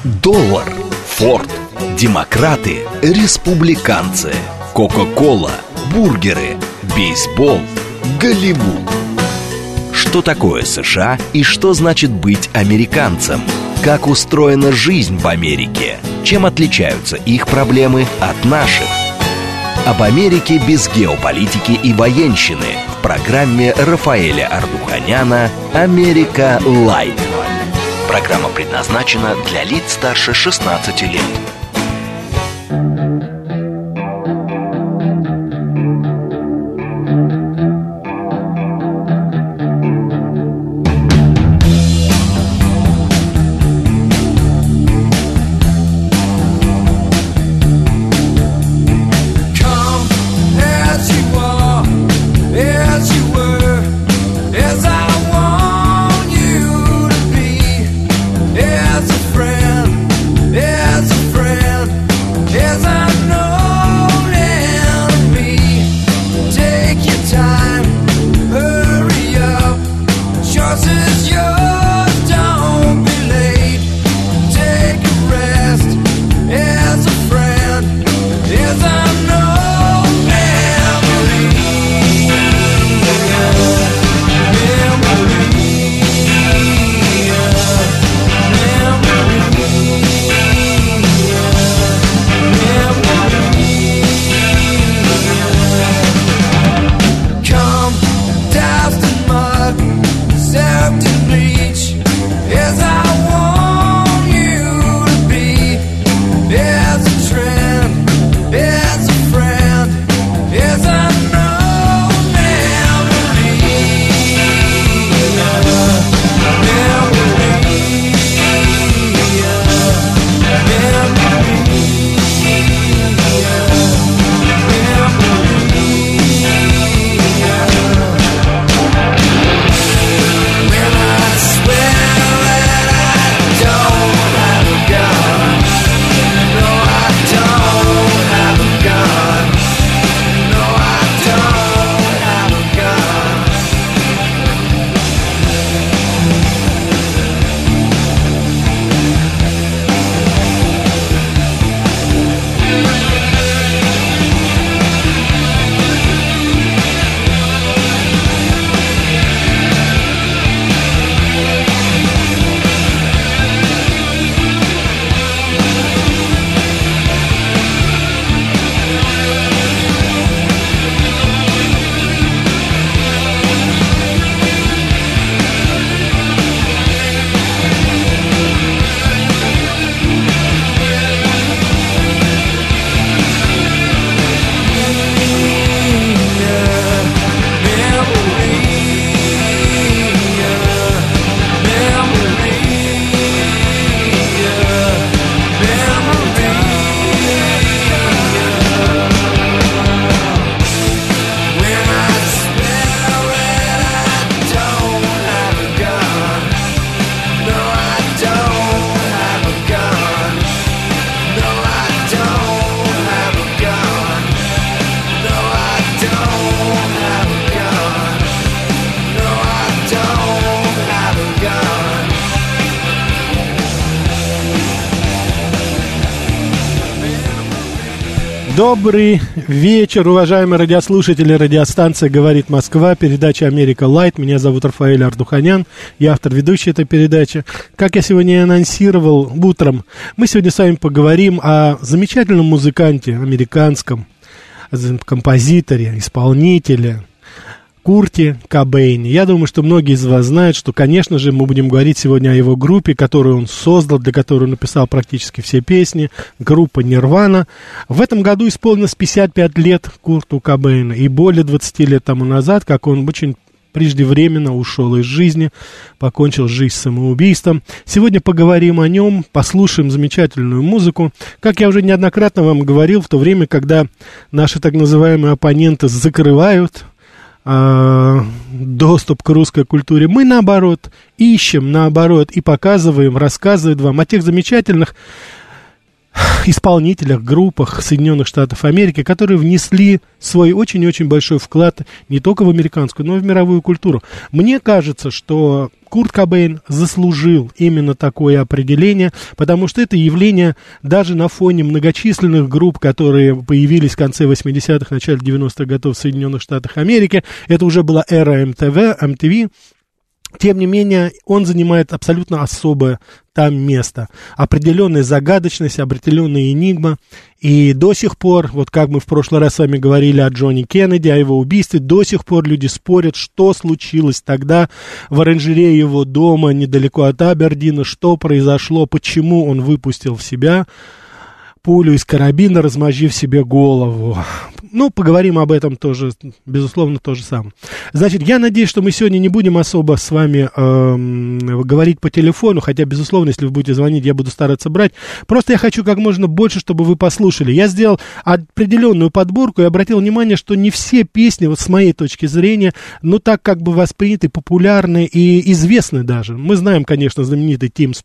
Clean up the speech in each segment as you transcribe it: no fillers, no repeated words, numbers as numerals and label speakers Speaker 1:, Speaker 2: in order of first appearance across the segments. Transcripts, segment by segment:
Speaker 1: Доллар, Форд, демократы, республиканцы, Кока-кола, бургеры, бейсбол, Голливуд. Что такое США и что значит быть американцем? Как устроена жизнь в Америке? Чем отличаются их проблемы от наших? Об Америке без геополитики и военщины в программе Рафаэля Ардуханяна «Америка Лайт». Программа предназначена для лиц старше 16 лет.
Speaker 2: Добрый вечер, уважаемые радиослушатели. Радиостанция «Говорит Москва», передача «Америка Лайт». Меня зовут Рафаэль Ардуханян, я автор, ведущий этой передачи. Как я сегодня и анонсировал утром, мы сегодня с вами поговорим о замечательном музыканте американском, композиторе, исполнителе Курте Кобейне. Я думаю, что многие из вас знают, что, конечно же, мы будем говорить сегодня о его группе, которую он создал, для которой он написал практически все песни, группа Нирвана. В этом году исполнилось 55 лет Курту Кобейну, и более 20 лет тому назад, как он очень преждевременно ушел из жизни, покончил жизнь самоубийством. Сегодня поговорим о нем, послушаем замечательную музыку. Как я уже неоднократно вам говорил, в то время, когда наши так называемые оппоненты закрывают доступ к русской культуре, мы наоборот ищем, и показываем, рассказываем вам о тех замечательных исполнителях, группах Соединенных Штатов Америки, которые внесли свой очень-очень большой вклад не только в американскую, но и в мировую культуру. Мне кажется, что Курт Кобейн заслужил именно такое определение, потому что это явление даже на фоне многочисленных групп, которые появились в конце 80-х, начале 90-х годов в Соединенных Штатах Америки. Это уже была эра MTV. Тем не менее, он занимает абсолютно особое там место. Определенная загадочность, определенная энигма. И до сих пор, вот как мы в прошлый раз с вами говорили о Джонни Кеннеди, о его убийстве, до сих пор люди спорят, что случилось тогда в оранжерее его дома недалеко от Абердина, что произошло, почему он выпустил в себя пулю из карабина, размозжив себе голову. Ну, поговорим об этом тоже, безусловно, то же самое. Значит, я надеюсь, что мы сегодня не будем особо с вами говорить по телефону, хотя, безусловно, если вы будете звонить, я буду стараться брать. Просто я хочу как можно больше, чтобы вы послушали. Я сделал определенную подборку и обратил внимание, что не все песни, вот с моей точки зрения, ну, так как бы восприняты, популярны и известны даже. Мы знаем, конечно, знаменитый Teen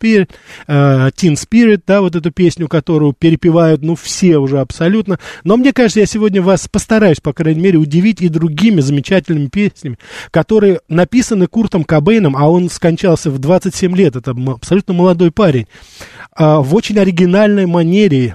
Speaker 2: Spirit, да, вот эту песню, которую перепевают, ну, все уже абсолютно. Но мне кажется, я сегодня вас постараюсь, по крайней мере, удивить и другими замечательными песнями, которые написаны Куртом Кобейном, а он скончался в 27 лет, это абсолютно молодой парень, в очень оригинальной манере,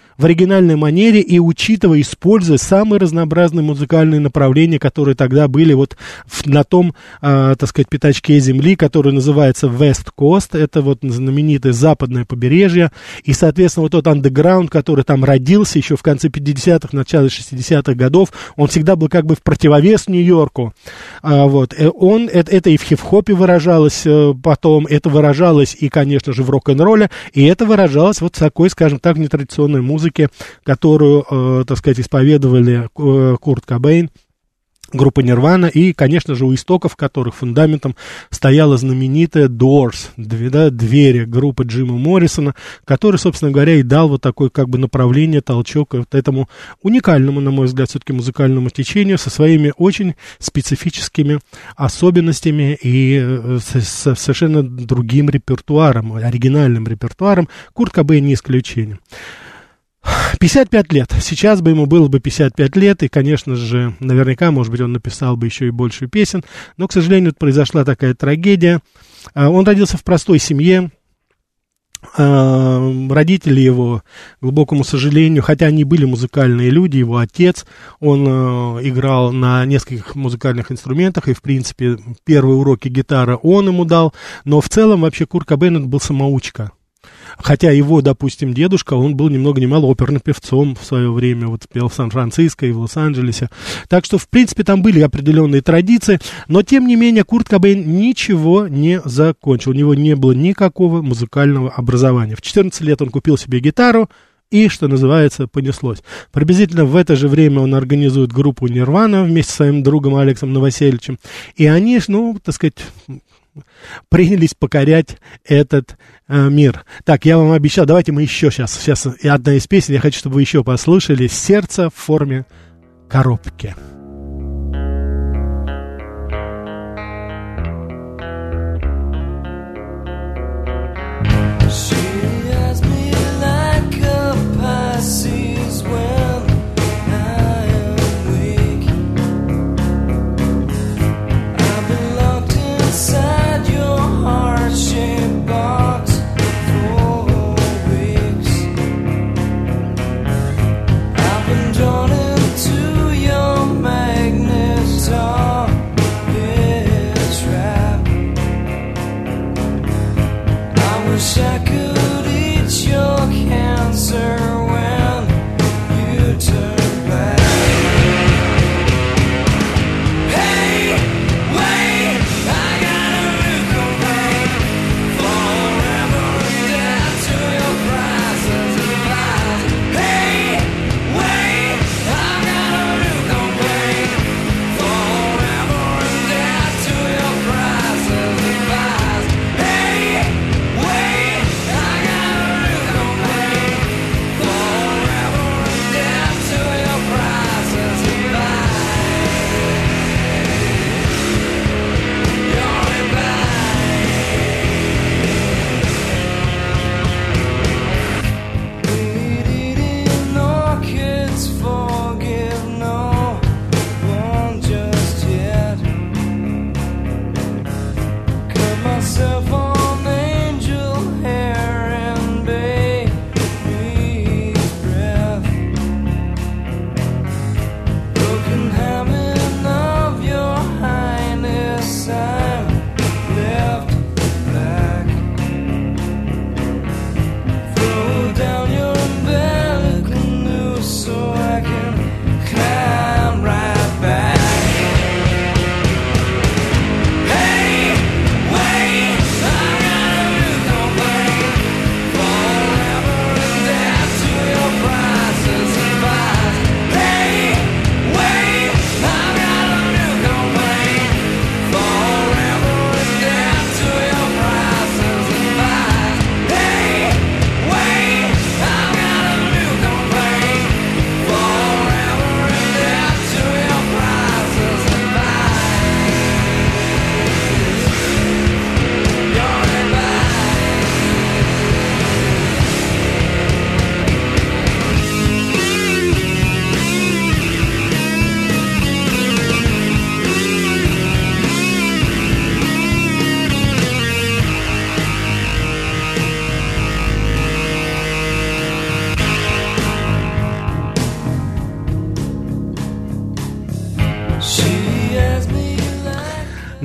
Speaker 2: и учитывая, используя самые разнообразные музыкальные направления, которые тогда были вот на том, так сказать, пятачке земли, который называется West Coast, это вот знаменитое западное побережье, и, соответственно, вот тот андеграунд, который там родился еще в конце 50-х, начале 60-х годов, он всегда был как бы в противовес Нью-Йорку. Вот. Это и в хип-хопе выражалось потом, это выражалось и, конечно же, в рок-н-ролле, и это выражалось вот в такой, скажем так, нетрадиционной музыке, которую, так сказать, исповедовали Курт Кобейн, группа Нирвана, и, конечно же, у истоков которых фундаментом стояла знаменитая Doors, двери группы Джима Моррисона, который, собственно говоря, и дал вот такое как бы направление, толчок вот этому уникальному, на мой взгляд, все-таки музыкальному течению со своими очень специфическими особенностями и со совершенно другим репертуаром, оригинальным репертуаром. Курт Кобейн не исключение. 55 лет. Сейчас бы ему было бы 55 лет, и, конечно же, наверняка, может быть, он написал бы еще и больше песен, но, к сожалению, произошла такая трагедия. Он родился в простой семье. Родители его, к глубокому сожалению, хотя они были музыкальные люди, его отец, он играл на нескольких музыкальных инструментах, и, в принципе, первые уроки гитары он ему дал, но в целом вообще Курт Кобейн был самоучка. Хотя его, допустим, дедушка, он был ни много ни мало оперным певцом в свое время, вот пел в Сан-Франциско и в Лос-Анджелесе. Так что, в принципе, там были определенные традиции, но, тем не менее, Курт Кобейн ничего не закончил, у него не было никакого музыкального образования. В 14 лет он купил себе гитару, и, что называется, понеслось. Приблизительно в это же время он организует группу Нирвана вместе со своим другом Алексом Новосельевичем, и они, ну, так сказать, принялись покорять этот мир. Так, я вам обещал, давайте мы еще сейчас одна из песен, я хочу, чтобы вы еще послушали, «Сердце в форме коробки».
Speaker 3: Drawn into your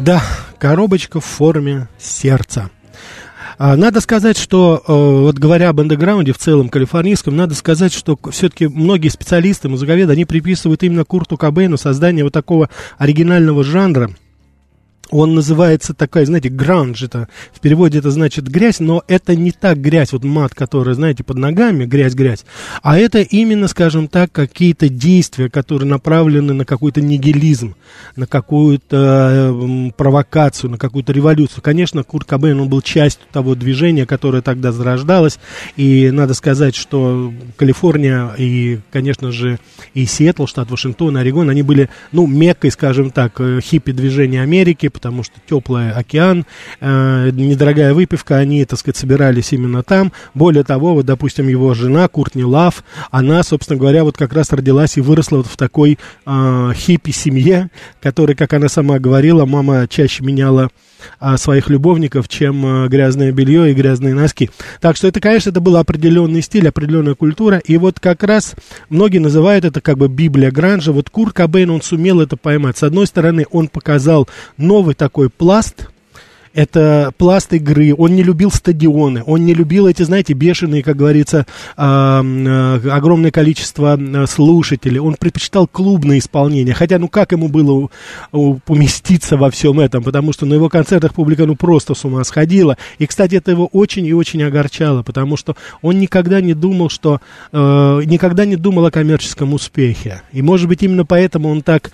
Speaker 2: Да, коробочка в форме сердца. Надо сказать, что, вот говоря об андеграунде в целом калифорнийском, надо сказать, что все-таки многие специалисты, музыковеды, они приписывают именно Курту Кобейну создание вот такого оригинального жанра. Он называется такая, знаете, гранж, это, в переводе это значит грязь, но это не так грязь, вот мат, которая, знаете, под ногами, грязь, а это именно, скажем так, какие-то действия, которые направлены на какой-то нигилизм, на какую-то провокацию, на какую-то революцию. Конечно, Курт Кобейн, он был частью того движения, которое тогда зарождалось, и надо сказать, что Калифорния и, конечно же, и Сиэтл, штат Вашингтон, Орегон, они были, ну, меккой, скажем так, хиппи-движения Америки, потому что теплый океан, недорогая выпивка, они, так сказать, собирались именно там. Более того, вот, допустим, его жена Куртни Лав, она, собственно говоря, вот как раз родилась и выросла вот в такой хиппи-семье, которой, как она сама говорила, мама чаще меняла своих любовников, чем грязное белье и грязные носки. Так что это, конечно, это был определенный стиль, определенная культура, и вот как раз многие называют это как бы Библия гранжа. Вот Курт Кобейн, он сумел это поймать. С одной стороны, он показал новый такой пласт, это пласт игры, он не любил стадионы, он не любил эти, знаете, бешеные, как говорится, огромное количество слушателей, он предпочитал клубное исполнение, хотя, ну, как ему было поместиться во всем этом, потому что на его концертах публика, ну, просто с ума сходила, и, кстати, это его очень и очень огорчало, потому что он никогда не думал, никогда не думал о коммерческом успехе, и, может быть, именно поэтому он так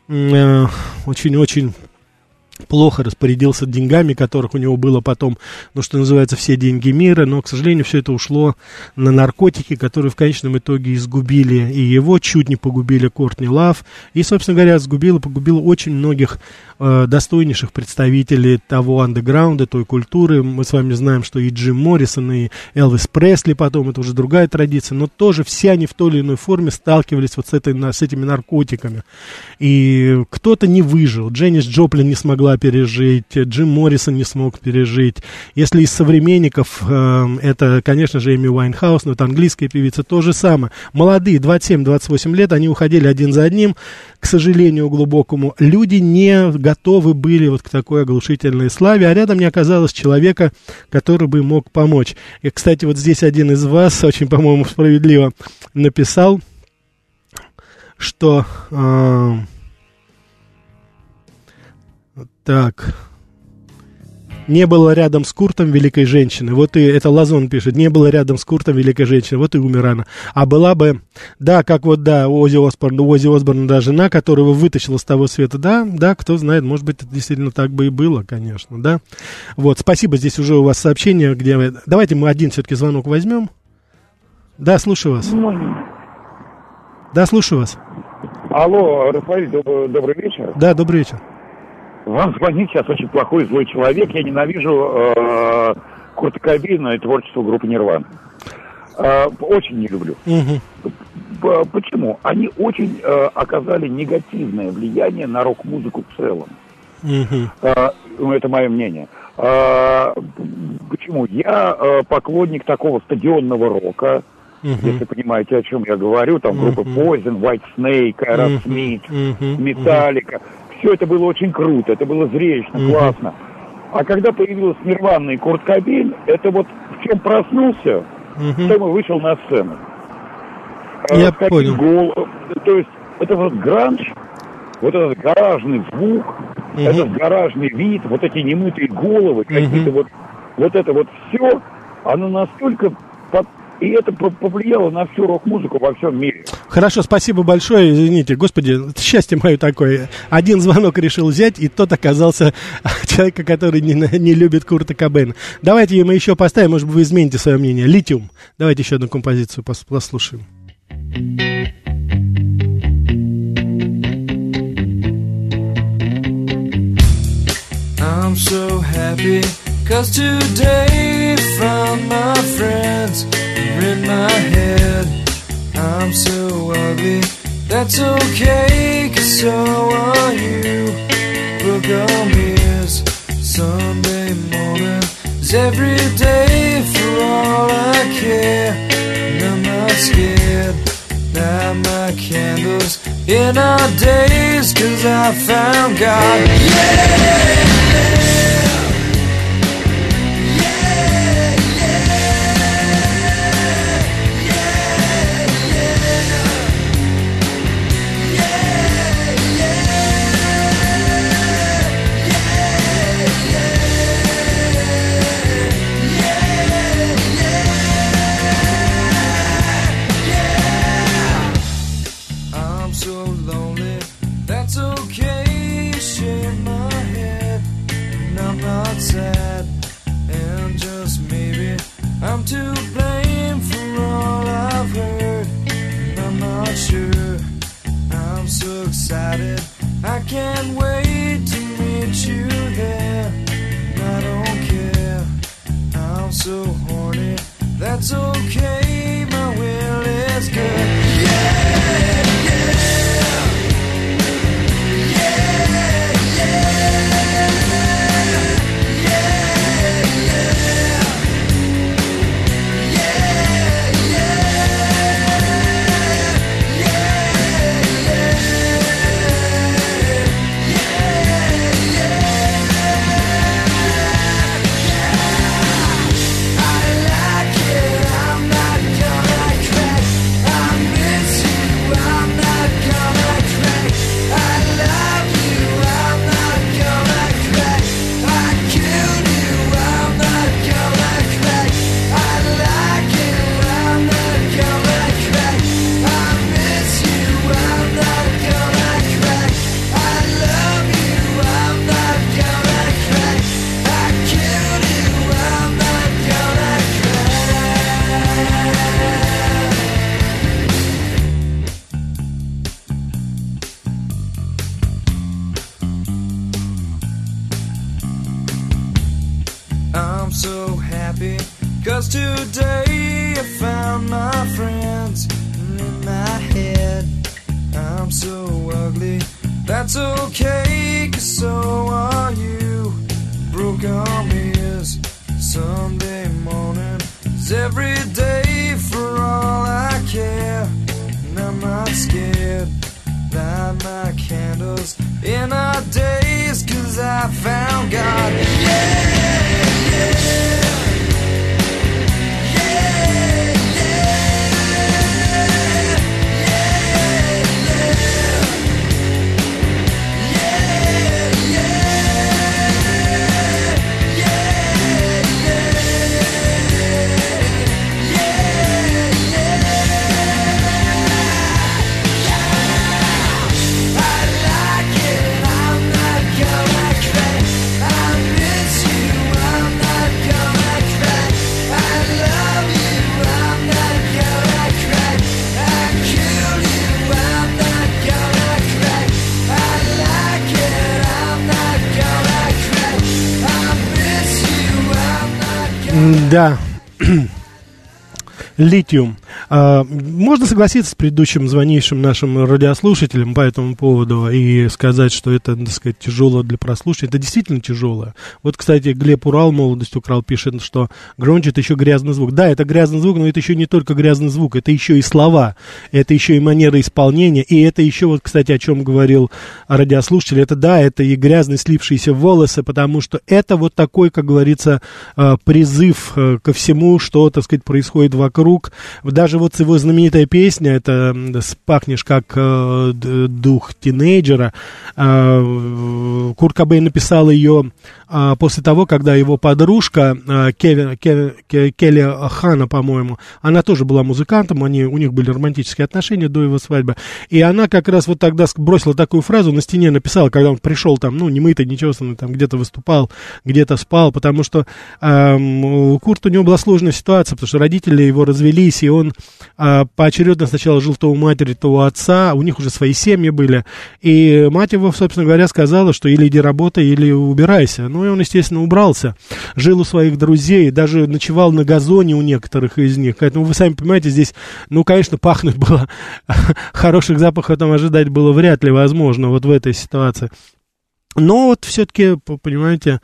Speaker 2: очень-очень плохо распорядился деньгами, которых у него было потом, ну, что называется, все деньги мира, но, к сожалению, все это ушло на наркотики, которые в конечном итоге изгубили и его, чуть не погубили Куртни Лав, и, собственно говоря, погубило очень многих достойнейших представителей того андеграунда, той культуры. Мы с вами знаем, что и Джим Моррисон, и Элвис Пресли потом, это уже другая традиция, но тоже все они в той или иной форме сталкивались вот с этими наркотиками. И кто-то не выжил, Дженнис Джоплин не смогла пережить, Джим Моррисон не смог пережить. Если из современников, это, конечно же, Эми Уайнхаус, но это английская певица, то же самое. Молодые, 27-28 лет, они уходили один за одним, к сожалению, глубокому. Люди не готовы были вот к такой оглушительной славе, а рядом не оказалось человека, который бы мог помочь. И, кстати, вот здесь один из вас очень, по-моему, справедливо написал, что... Так... Не было рядом с Куртом великой женщины. Вот и это Лазон пишет. Не было рядом с Куртом великой женщины. Вот и умер она. А была бы... Да, как вот, да, у Оззи Осборна, да, жена, которую вытащила с того света. Да, кто знает, может быть, это действительно так бы и было, конечно, да. Вот, спасибо, здесь уже у вас сообщение, где вы... Давайте мы один все-таки звонок возьмем. Да, слушаю вас. Да, слушаю вас.
Speaker 3: Алло, Рафаэль, добрый вечер.
Speaker 2: Да, добрый вечер.
Speaker 3: Вам звонит сейчас очень плохой злой человек. Я ненавижу Курта Кобейна и творчество группы Нирвана. Очень не люблю. Почему? Они очень оказали негативное влияние на рок-музыку в целом. Это мое мнение. Почему? Я поклонник такого стадионного рока. Если понимаете, о чем я говорю, там группы Poison, White Snake, Aerosmith, Metallica. Все это было очень круто, это было зрелищно, классно. А когда появилась Нирвана и Курт Кобейн, это вот в чем проснулся, в том и вышел на сцену.
Speaker 2: Я понял.
Speaker 3: То есть это вот гранж, вот этот гаражный звук, этот гаражный вид, вот эти немытые головы, какие-то вот это вот все, оно настолько... И это повлияло на всю рок-музыку во всем мире.
Speaker 2: Хорошо, спасибо большое. Извините, господи, счастье мое такое. Один звонок решил взять, и тот оказался человека, который не любит Курта Кобейна. Давайте мы еще поставим, может быть, вы измените свое мнение. «Литиум». Давайте еще одну композицию послушаем. I'm so happy, 'cause today found my friends in my head. I'm so ugly, that's okay, 'cause so are you. Book on ears, Sunday morning is every day for all I care. And I'm not scared, light my candles,
Speaker 4: in our days, 'cause I found God. Yeah! I'm to blame for all I've heard, and I'm not sure. I'm so excited, I can't wait to meet you there. And I don't care, I'm so horny, that's okay, my will is good. Yeah, yeah, yeah, yeah. I'm so happy, 'cause today I found my friends. And in my head, I'm so ugly, that's okay, 'cause so are you. Broke arm is Sunday morning, is every day for all I care. And I'm not scared, light my candles in our days, 'cause I found God. Yeah!
Speaker 2: Да, литиум. Можно согласиться с предыдущим звонившим нашим радиослушателем по этому поводу и сказать, что это, так сказать, тяжело для прослушивания. Это действительно тяжело. Вот, кстати, Глеб Урал, молодость украл, пишет, что громче — это еще грязный звук. Да, это грязный звук, но это еще не только грязный звук, это еще и слова, это еще и манера исполнения, и это еще, вот, кстати, о чем говорил радиослушатель, это, да, это и грязные слипшиеся волосы, потому что это вот такой, как говорится, призыв ко всему, что, так сказать, происходит вокруг. Даже вот его знаменитая песня, это «Пахнешь как дух тинейджера», Курт Кобейн написал ее после того, когда его подружка Келли Хана, по-моему, она тоже была музыкантом, у них были романтические отношения до его свадьбы, и она как раз вот тогда бросила такую фразу, на стене написала, когда он пришел там, ну, немытый, нечесанный, там где-то выступал, где-то спал, потому что у Курта, у него была сложная ситуация, потому что родители его развелись, и он поочередно сначала жил то у матери, то у отца, у них уже свои семьи были, и мать его, собственно говоря, сказала, что или иди работай, или убирайся. Ну, и он, естественно, убрался, жил у своих друзей, даже ночевал на газоне у некоторых из них. Поэтому, вы сами понимаете, здесь, ну, конечно, пахнуть было, хороших запахов там ожидать было вряд ли возможно вот в этой ситуации. Но вот все-таки, понимаете,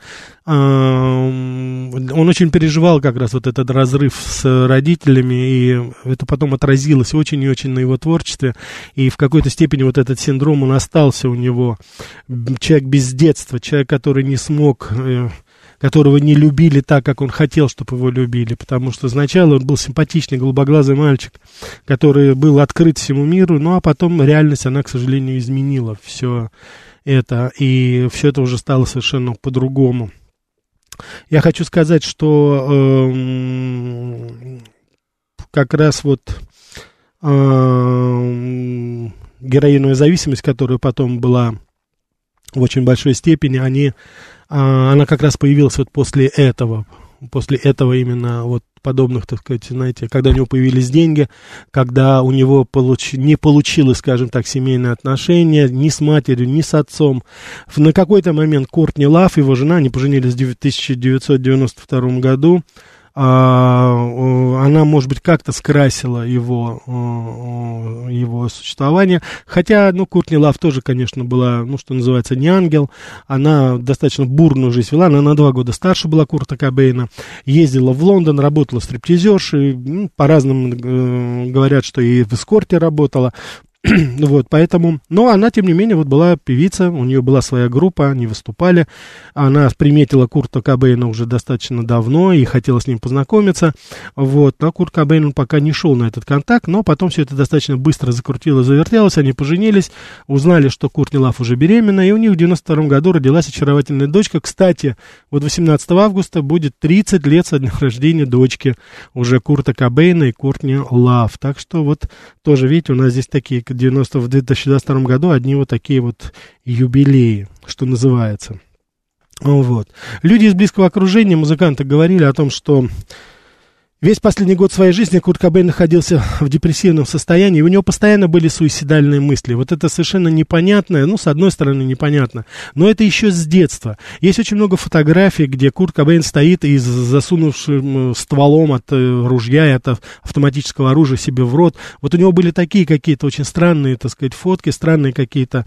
Speaker 2: он очень переживал как раз вот этот разрыв с родителями, и это потом отразилось очень и очень на его творчестве, и в какой-то степени вот этот синдром, он остался у него. Человек без детства, человек, который не смог, которого не любили так, как он хотел, чтобы его любили, потому что сначала он был симпатичный, голубоглазый мальчик, который был открыт всему миру, ну а потом реальность, она, к сожалению, изменила все это, и все это уже стало совершенно по-другому. Я хочу сказать, что как раз вот героиновая зависимость, которая потом была в очень большой степени, она как раз появилась вот после этого именно вот подобных, так сказать, знаете, когда у него появились деньги, когда у него не получилось, скажем так, семейные отношения ни с матерью, ни с отцом. На какой-то момент Кортни Лав, его жена, они поженились в 1992 году, она, может быть, как-то скрасила его существование, хотя, Кортни Лав тоже, конечно, была, что называется, не ангел, она достаточно бурную жизнь вела, она на 2 года старше была Курта Кобейна, ездила в Лондон, работала стриптизершей, по-разному говорят, что и в эскорте работала. Вот, поэтому, но она, тем не менее, вот была певица, у нее была своя группа, они выступали, она приметила Курта Кобейна уже достаточно давно и хотела с ним познакомиться, вот, но Курт Кобейн, он пока не шел на этот контакт, но потом все это достаточно быстро закрутилось, завертелось, они поженились, узнали, что Кортни Лав уже беременна, и у них в 92 году родилась очаровательная дочка. Кстати, вот 18 августа будет 30 лет со дня рождения дочки уже Курта Кобейна и Кортни Лав, так что вот тоже, видите, у нас здесь такие в 2022 году одни вот такие вот юбилеи, что называется. Вот. Люди из близкого окружения, музыканты, говорили о том, что весь последний год своей жизни Курт Кобейн находился в депрессивном состоянии, и у него постоянно были суицидальные мысли. Вот это совершенно непонятное, с одной стороны непонятно, но это еще с детства. Есть очень много фотографий, где Курт Кобейн стоит и засунувшим стволом от ружья и от автоматического оружия себе в рот. Вот у него были такие какие-то очень странные, так сказать, фотки, странные какие-то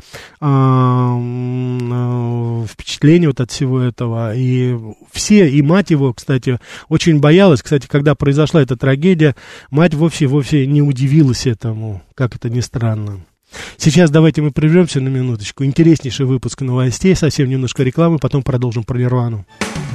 Speaker 2: впечатления вот от всего этого. И все, и мать его, кстати, очень боялась, кстати, когда произошла эта трагедия, мать вовсе не удивилась этому, как это ни странно. Сейчас давайте мы прервемся на минуточку. Интереснейший выпуск новостей, совсем немножко рекламы, потом продолжим про Нирвану.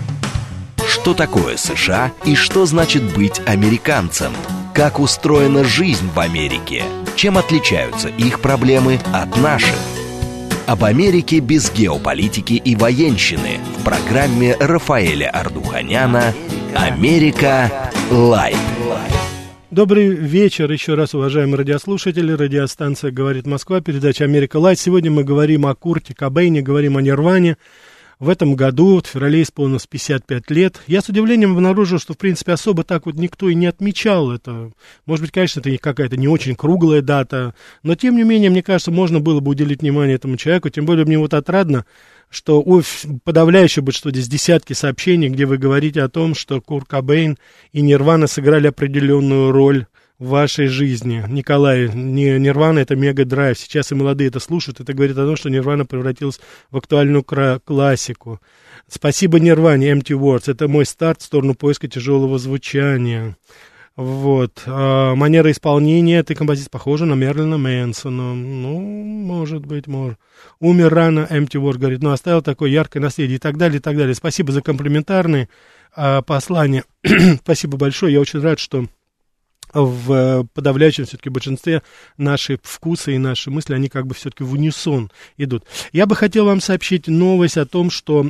Speaker 1: Что такое США и что значит быть американцем? Как устроена жизнь в Америке? Чем отличаются их проблемы от наших? Об Америке без геополитики и военщины в программе Рафаэля Ардуханяна «Америка Лайт».
Speaker 2: Добрый вечер еще раз, уважаемые радиослушатели. Радиостанция «Говорит Москва», передача «Америка Лайт». Сегодня мы говорим о Курте Кобейне, говорим о Нирване. В этом году, в феврале, исполнилось 55 лет. Я с удивлением обнаружил, что, в принципе, особо так вот никто и не отмечал это. Может быть, конечно, это какая-то не очень круглая дата, но, тем не менее, мне кажется, можно было бы уделить внимание этому человеку. Тем более, мне вот отрадно, что подавляющее большинство, здесь десятки сообщений, где вы говорите о том, что Курт Кобейн и Нирвана сыграли определенную роль в вашей жизни. Николай, Нирвана — это мега-драйв. Сейчас и молодые это слушают. Это говорит о том, что Нирвана превратилась в актуальную классику. Спасибо Нирване, Empty Words. Это мой старт в сторону поиска тяжелого звучания. Вот. Манера исполнения этой композиции похожа на Мерлина Мэнсона. Может быть, может. Умер рано, Empty Words, говорит, оставил такое яркое наследие и так далее, и так далее. Спасибо за комплиментарные послания. Спасибо большое. Я очень рад, что в подавляющем все-таки большинстве наши вкусы и наши мысли, они как бы все-таки в унисон идут. Я бы хотел вам сообщить новость о том, что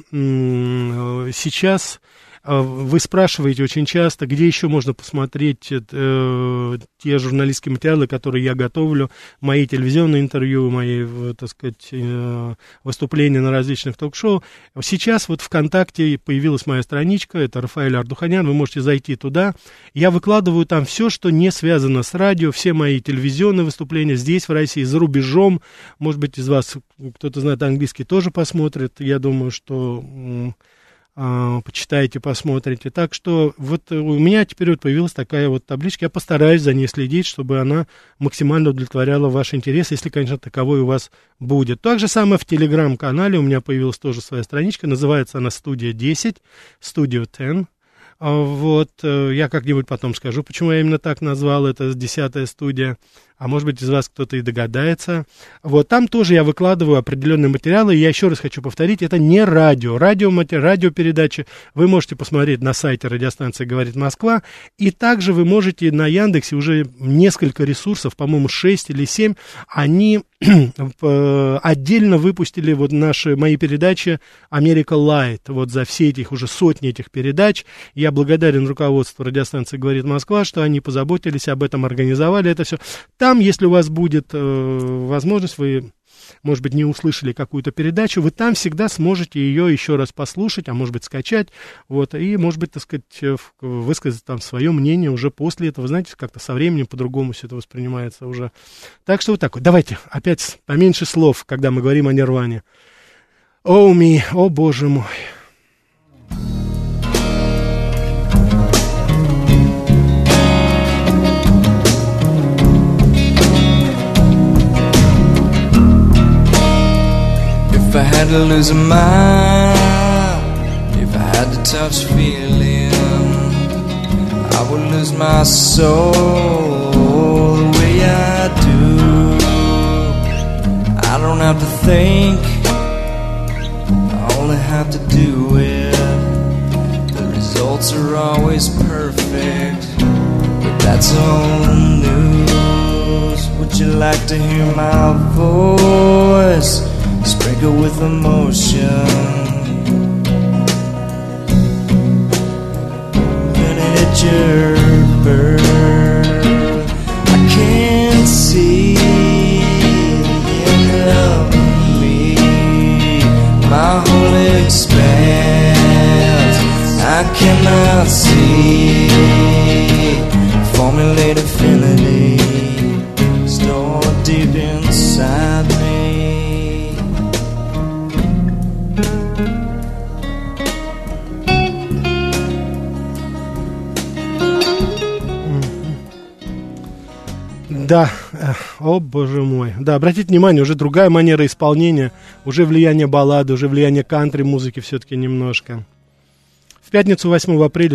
Speaker 2: сейчас вы спрашиваете очень часто, где еще можно посмотреть те журналистские материалы, которые я готовлю, мои телевизионные интервью, мои, так сказать, выступления на различных ток-шоу. Сейчас вот ВКонтакте появилась моя страничка, это Рафаэль Ардуханян, вы можете зайти туда. Я выкладываю там все, что не связано с радио, все мои телевизионные выступления здесь, в России, за рубежом. Может быть, из вас кто-то знает английский, тоже посмотрит. Я думаю, что почитайте, посмотрите. Так что вот у меня теперь вот появилась такая вот табличка. Я постараюсь за ней следить, чтобы она максимально удовлетворяла ваш интерес, если, конечно, таковой у вас будет. Так же самое в Телеграм-канале у меня появилась тоже своя страничка. Называется она «Студия 10», «Studio 10». Вот, я как-нибудь потом скажу, почему я именно так назвал, это 10-я студия, а может быть из вас кто-то и догадается. Вот, там тоже я выкладываю определенные материалы, и я еще раз хочу повторить, это не радиопередачи, вы можете посмотреть на сайте радиостанции «Говорит Москва», и также вы можете на Яндексе уже несколько ресурсов, по-моему, 6 или 7, они отдельно выпустили вот мои передачи «Америка Лайт», вот за все этих уже сотни этих передач. Я благодарен руководству радиостанции «Говорит Москва», что они позаботились об этом, организовали это все. Там, если у вас будет возможность, вы, может быть, не услышали какую-то передачу, вы там всегда сможете ее еще раз послушать, а может быть, скачать, вот, и, может быть, так сказать, высказать там свое мнение уже после этого. Знаете, как-то со временем по-другому все это воспринимается уже. Так что вот так вот. Давайте опять поменьше слов, когда мы говорим о Нирване. О, о, боже мой.
Speaker 4: If I had to lose a mind, if I had to touch feeling, I would lose my soul the way I do. I don't have to think, I only have to do it. The results are always perfect, but that's old news. Would you like to hear my voice? Sprinkle with emotion, miniature bird. I can't see the end of me. My whole expanse I cannot see. Formulate affinity stored deep inside me.
Speaker 2: Да, о боже мой. Да, обратите внимание, уже другая манера исполнения, уже влияние баллады, уже влияние кантри-музыки все-таки немножко. В пятницу, 8 апреля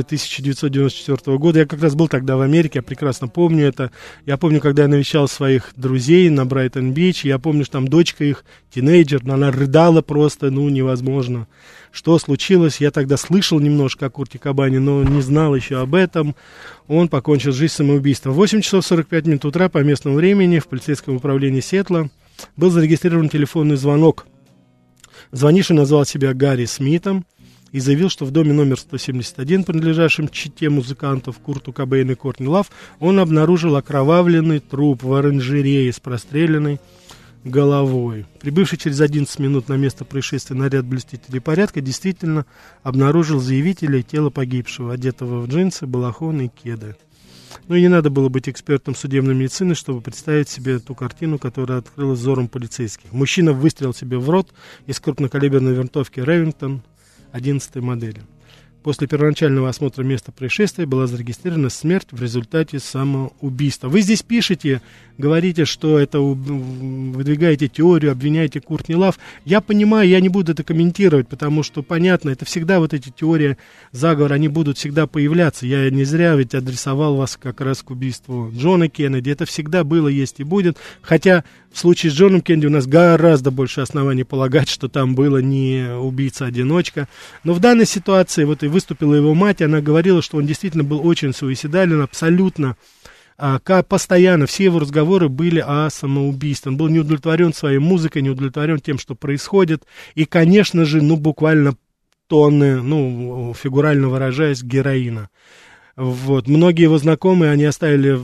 Speaker 2: 1994 года, я как раз был тогда в Америке, я прекрасно помню это. Я помню, когда я навещал своих друзей на Брайтон-Бич, я помню, что там дочка их, тинейджер, она рыдала просто, невозможно. Что случилось, я тогда слышал немножко о Курте Кобейне, но не знал еще об этом. Он покончил жизнь самоубийством. В 8 часов 45 минут утра по местному времени в полицейском управлении Сиэтла был зарегистрирован телефонный звонок. Звонивший назвал себя Гарри Смитом и заявил, что в доме номер 171, принадлежащем чете музыкантов Курту Кобейну и Кортни Лав, он обнаружил окровавленный труп в оранжерее с простреленной головой. Прибывший через 11 минут на место происшествия наряд блюстителей порядка действительно обнаружил заявителя и тело погибшего, одетого в джинсы, балахон и кеды. И не надо было быть экспертом судебной медицины, чтобы представить себе ту картину, которая открылась взором полицейских. Мужчина выстрелил себе в рот из крупнокалиберной винтовки Ремингтон 11-й модели. После первоначального осмотра места происшествия была зарегистрирована смерть в результате самоубийства. Вы здесь пишете, говорите, что это выдвигаете теорию, обвиняете Куртни Лав. Я понимаю, я не буду это комментировать, потому что, понятно, это всегда вот эти теории заговора, они будут всегда появляться. Я не зря ведь адресовал вас как раз к убийству Джона Кеннеди. Это всегда было, есть и будет. Хотя в случае с Джоном Кеннеди у нас гораздо больше оснований полагать, что там было не убийца-одиночка. Но в данной ситуации вот и выступила его мать, она говорила, что он действительно был очень суицидален, абсолютно, постоянно все его разговоры были о самоубийстве. Он был не удовлетворен своей музыкой, не удовлетворен тем, что происходит, и, конечно же, буквально тонны, фигурально выражаясь, героина. Вот. Многие его знакомые, они оставили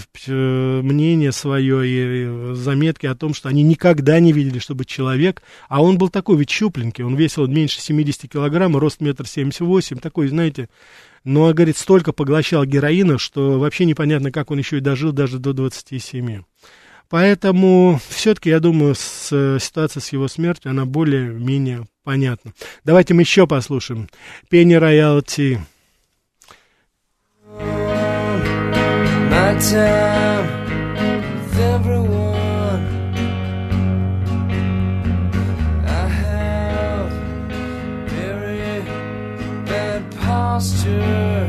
Speaker 2: мнение свое и заметки о том, что они никогда не видели, чтобы человек, а он был такой ведь щупленький, он весил меньше 70 килограмм, рост 1,78 м, такой, знаете, но, говорит, столько поглощал героина, что вообще непонятно, как он еще и дожил даже до 27. Поэтому все-таки, я думаю, ситуация с его смертью, она более-менее понятно. Давайте мы еще послушаем. Penny Royalty.
Speaker 4: My time with everyone. I have very bad posture.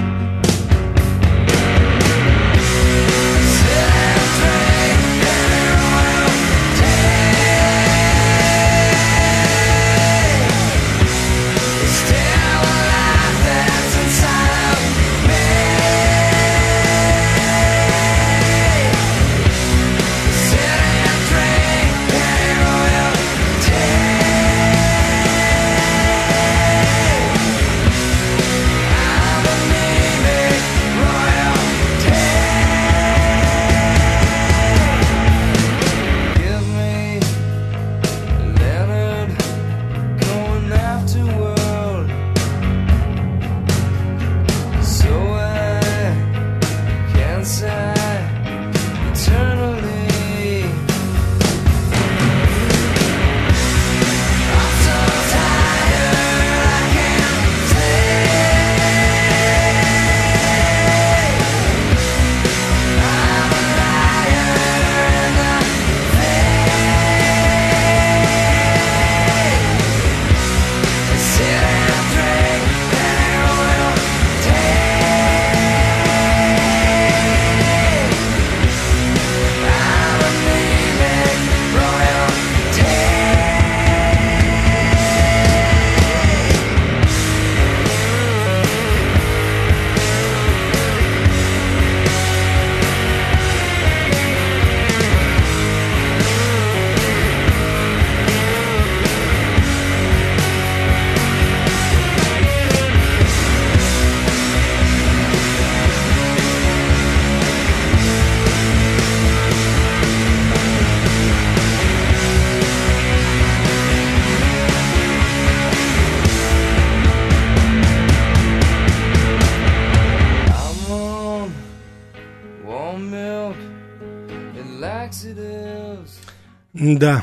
Speaker 2: Да,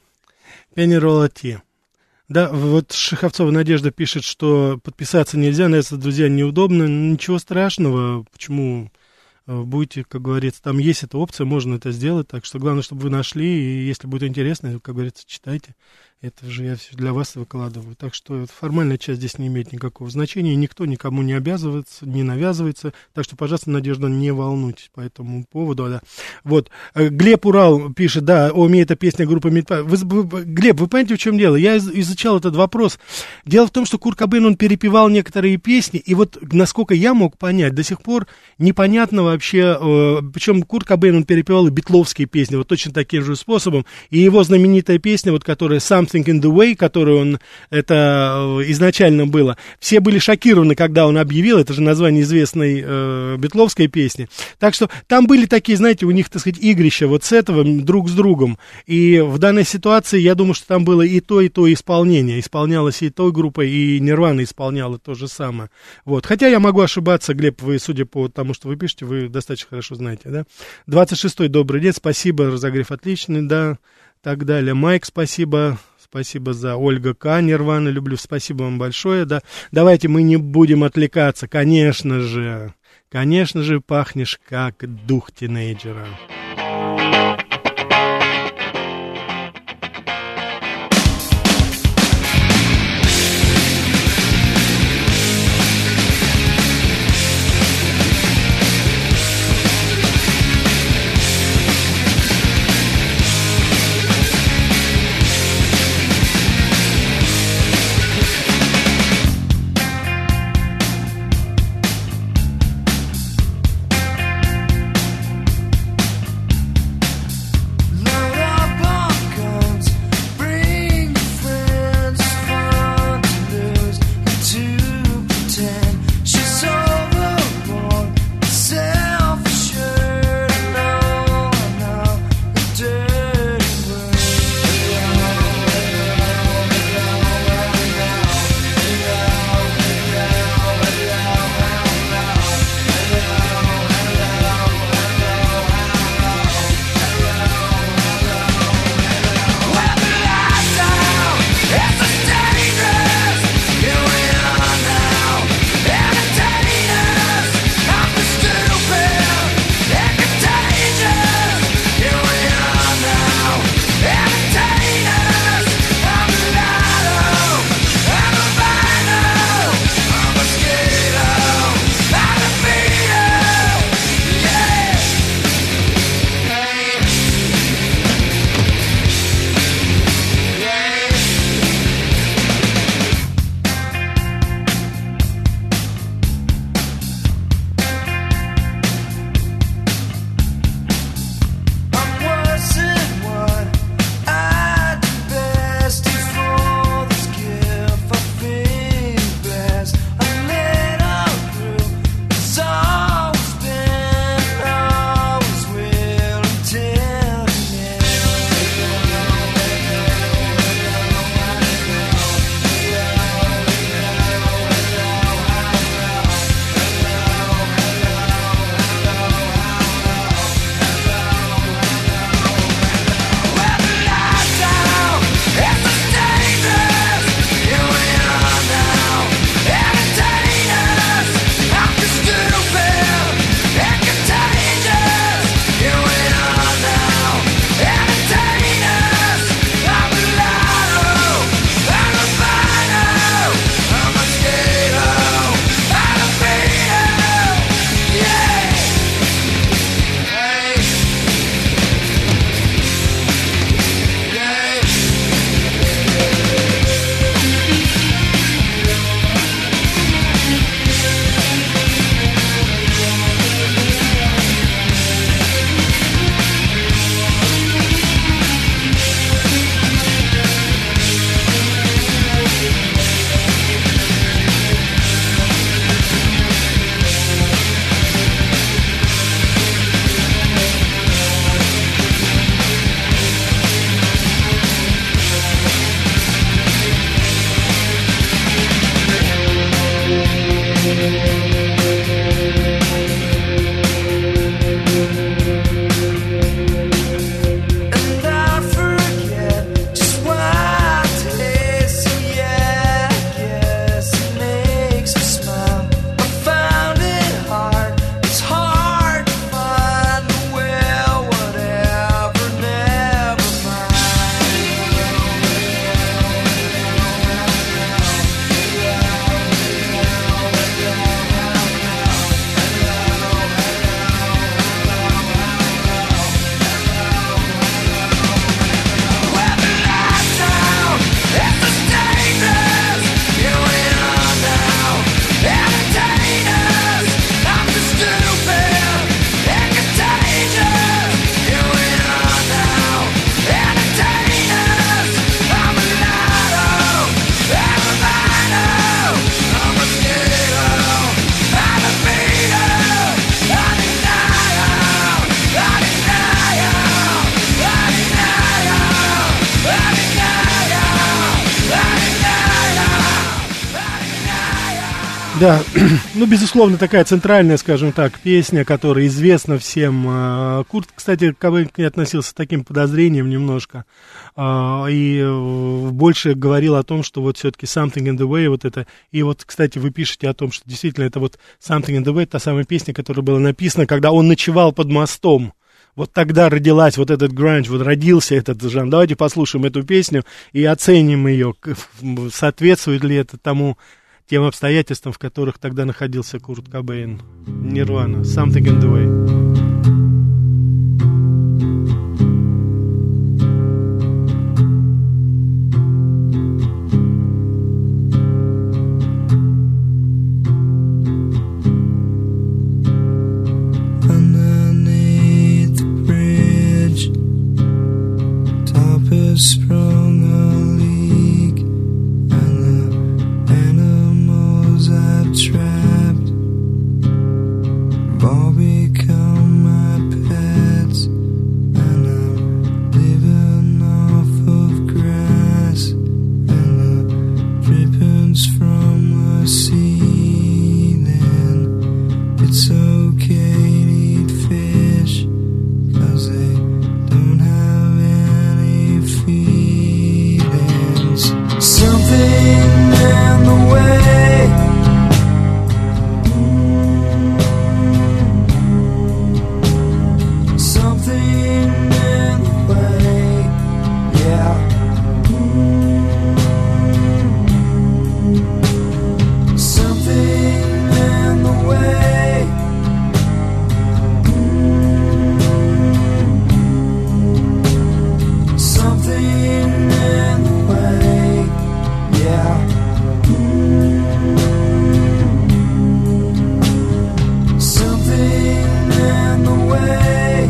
Speaker 2: Penny Royalty. Да, вот Шеховцова Надежда пишет, что подписаться нельзя, на это, друзья, неудобно. Ничего страшного, почему будете, как говорится, там есть эта опция, можно это сделать. Так что главное, чтобы вы нашли, и если будет интересно, как говорится, читайте. Это же я все для вас выкладываю. Так что формальная часть здесь не имеет никакого значения. Никто никому не обязывается, не навязывается. Так что, пожалуйста, Надежда, не волнуйтесь по этому поводу. Да. Вот. Глеб Урал пишет, да, о, мне эта песня группы Meatpie. Глеб, вы понимаете, в чем дело? Я изучал этот вопрос. Дело в том, что Курт Кобейн, он перепевал некоторые песни, и вот, насколько я мог понять, до сих пор непонятно вообще, причем Курт Кобейн, он перепевал и битловские песни, вот точно таким же способом. И его знаменитая песня, вот, которая «Something in the Way», которую он, это изначально было, все были шокированы, когда он объявил, это же название известной битловской песни. Так что там были такие, знаете, у них, так сказать, игрища вот с этого друг с другом. И в данной ситуации, я думаю, что там было и то исполнение. Исполнялось и той группой, и Нирвана исполняла то же самое. Вот. Хотя я могу ошибаться, Глеб, вы, судя по тому, что вы пишете, вы достаточно хорошо знаете, да? 26-й, добрый день, спасибо, разогрев отличный, да, так далее. Майк, спасибо. Спасибо за Ольга К. Нирвана, люблю, спасибо вам большое, да. Давайте мы не будем отвлекаться, конечно же, пахнешь как дух тинейджера. Да, ну, безусловно, такая центральная, скажем так, песня, которая известна всем. Курт, кстати, Кобейн к ней относился с таким подозрением немножко, и больше говорил о том, что вот все-таки Something in the Way, вот это, и вот, кстати, вы пишете о том, что действительно это вот Something in the Way, та самая песня, которая была написана, когда он ночевал под мостом. Вот тогда родилась вот этот гранж, вот родился этот жанр. Давайте послушаем эту песню и оценим ее, соответствует ли это тем обстоятельствам, в которых тогда находился Курт Кобейн. Нирвана, Something in the Way.
Speaker 4: Sprung a leak, and the animals I've trapped have all become my pets, and I'm living off of grass and the drippings from the sea. Then it's okay to eat fish, 'cause they don't have any feelings. Something in the way, something in the way, yeah. Something in the way. Something in the way, yeah. Something in the way.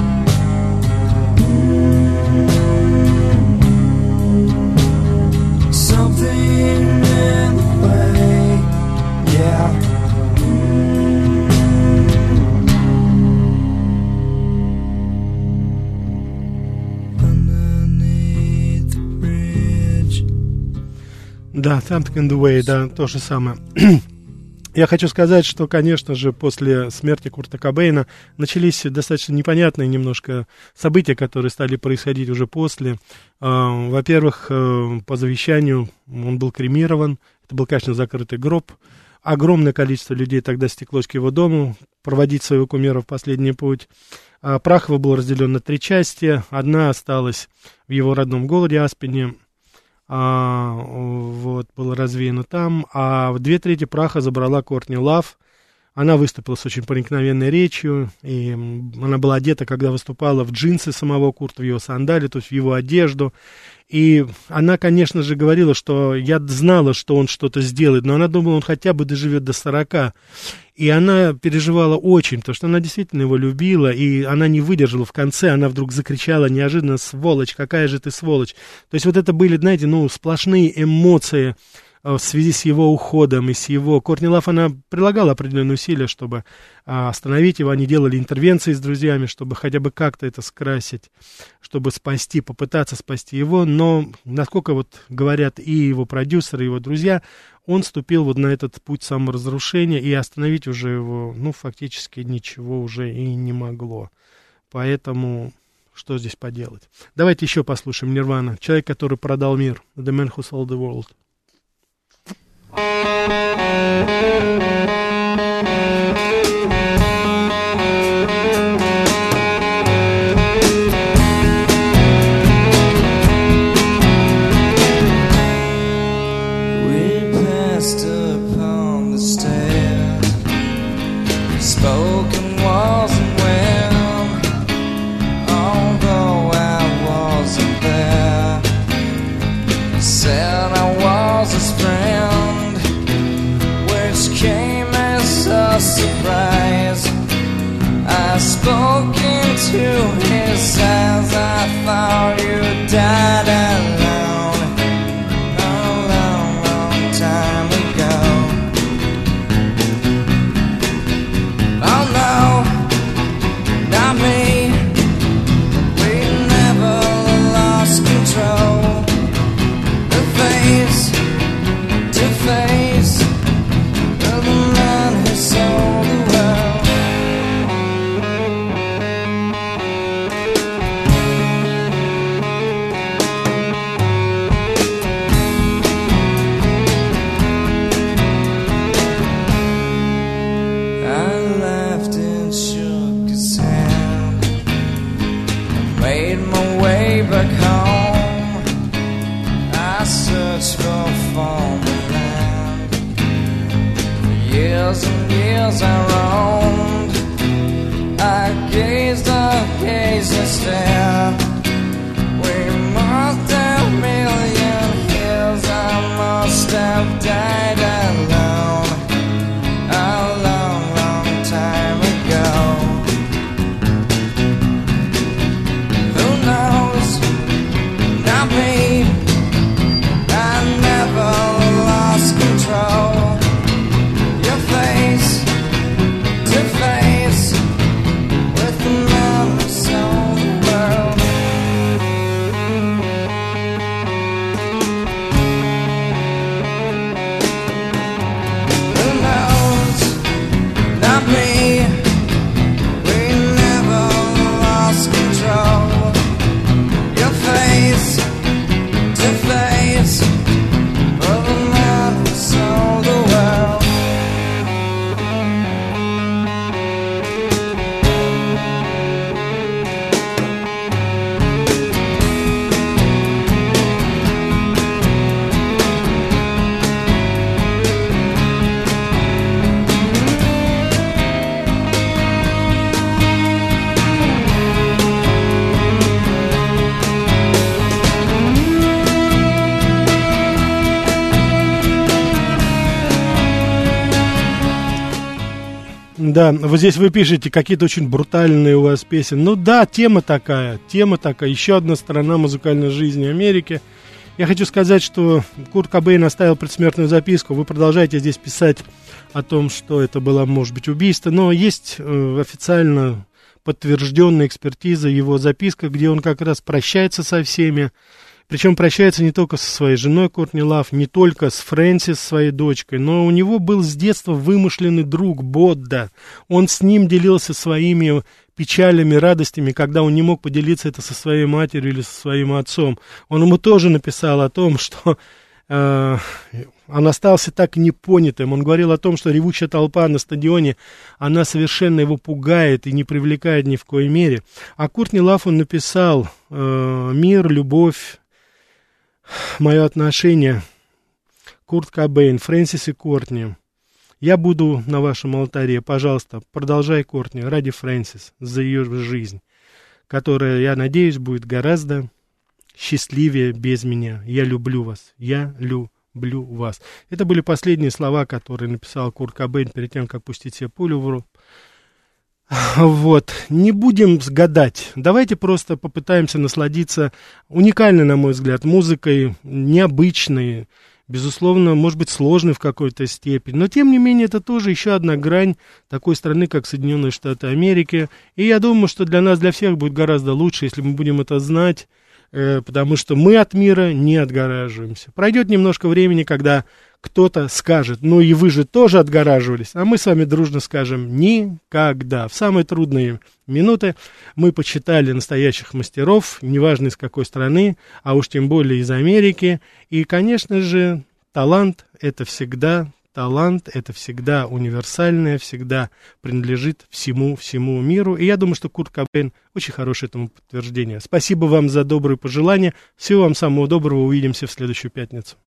Speaker 4: Something in the way, yeah.
Speaker 2: Да, Something in the Way, да, то же самое. Я хочу сказать, что, конечно же, после смерти Курта Кобейна начались достаточно непонятные немножко события, которые стали происходить уже после. Во-первых, по завещанию он был кремирован. Это был, конечно, закрытый гроб. Огромное количество людей тогда стеклось к его дому проводить своего кумира в последний путь. Прах его был разделен на 3 части. Одна осталась в его родном городе Аспене. Вот, было развеяно там, а 2/3 праха забрала Кортни Лав. Она выступила с очень проникновенной речью, и она была одета, когда выступала, в джинсы самого Курта, в его сандали, то есть в его одежду. И она, конечно же, говорила, что я знала, что он что-то сделает, но она думала, он хотя бы доживет до 40. И она переживала очень, потому что она действительно его любила, и она не выдержала в конце, она вдруг закричала неожиданно: «Сволочь, какая же ты сволочь!» То есть вот это были, знаете, сплошные эмоции в связи с его уходом и с его... Кортни Лав, она прилагала определенные усилия, чтобы остановить его. Они делали интервенции с друзьями, чтобы хотя бы как-то это скрасить, чтобы спасти, попытаться спасти его. Но, насколько вот говорят и его продюсеры, и его друзья, он ступил вот на этот путь саморазрушения, и остановить уже его, фактически ничего уже и не могло. Поэтому... Что здесь поделать? Давайте еще послушаем Нирвана. Человек, который продал мир. The Man Who Sold the World.
Speaker 4: We passed upon the stairs, spoken wasn't well, although I wasn't there. Said I was his friend, which came as a surprise. I spoke into his eyes, I thought you died alone a long, long time ago. Oh no, not me, we never lost control. The face to face, the years and years I roamed. I gazed and stared. We must have million years. I must have died alone a long, long time ago. Who knows? Not me. I never lost control. Your face to face with the man who sold the world. Who knows? Not me. We never lost control. Your face to face with the man who sold the world.
Speaker 2: Да, вот здесь вы пишете, какие-то очень брутальные у вас песни. Ну да, тема такая, еще одна сторона музыкальной жизни Америки. Я хочу сказать, что Курт Кобейн оставил предсмертную записку. Вы продолжаете здесь писать о том, что это было, может быть, убийство, но есть официально подтвержденная экспертиза его записка, где он как раз прощается со всеми. Причем прощается не только со своей женой Кортни Лав, не только с Фрэнсис, своей дочкой, но у него был с детства вымышленный друг Бодда. Он с ним делился своими печалями, радостями, когда он не мог поделиться это со своей матерью или со своим отцом. Он ему тоже написал о том, что он остался так непонятым. Он говорил о том, что ревущая толпа на стадионе, она совершенно его пугает и не привлекает ни в коей мере. А Кортни Лав он написал «Мир, любовь, мое отношение, Курт Кобейн, Фрэнсис и Кортни. Я буду на вашем алтаре. Пожалуйста, продолжай, Кортни, ради Фрэнсис, за ее жизнь, которая, я надеюсь, будет гораздо счастливее без меня. Я люблю вас. Я люблю вас». Это были последние слова, которые написал Курт Кобейн перед тем, как пустить себе пулю в рот. Вот, не будем гадать, давайте просто попытаемся насладиться уникальной, на мой взгляд, музыкой, необычной, безусловно, может быть, сложной в какой-то степени, но, тем не менее, это тоже еще одна грань такой страны, как Соединенные Штаты Америки, и я думаю, что для нас, для всех будет гораздо лучше, если мы будем это знать, потому что мы от мира не отгораживаемся. Пройдет немножко времени, когда кто-то скажет: ну и вы же тоже отгораживались, а мы с вами дружно скажем: никогда. В самые трудные минуты мы почитали настоящих мастеров, неважно из какой страны, а уж тем более из Америки. И, конечно же, талант — это всегда универсальное, всегда принадлежит всему миру. И я думаю, что Курт Кобейн очень хорошее этому подтверждение. Спасибо вам за добрые пожелания. Всего вам самого доброго. Увидимся в следующую пятницу.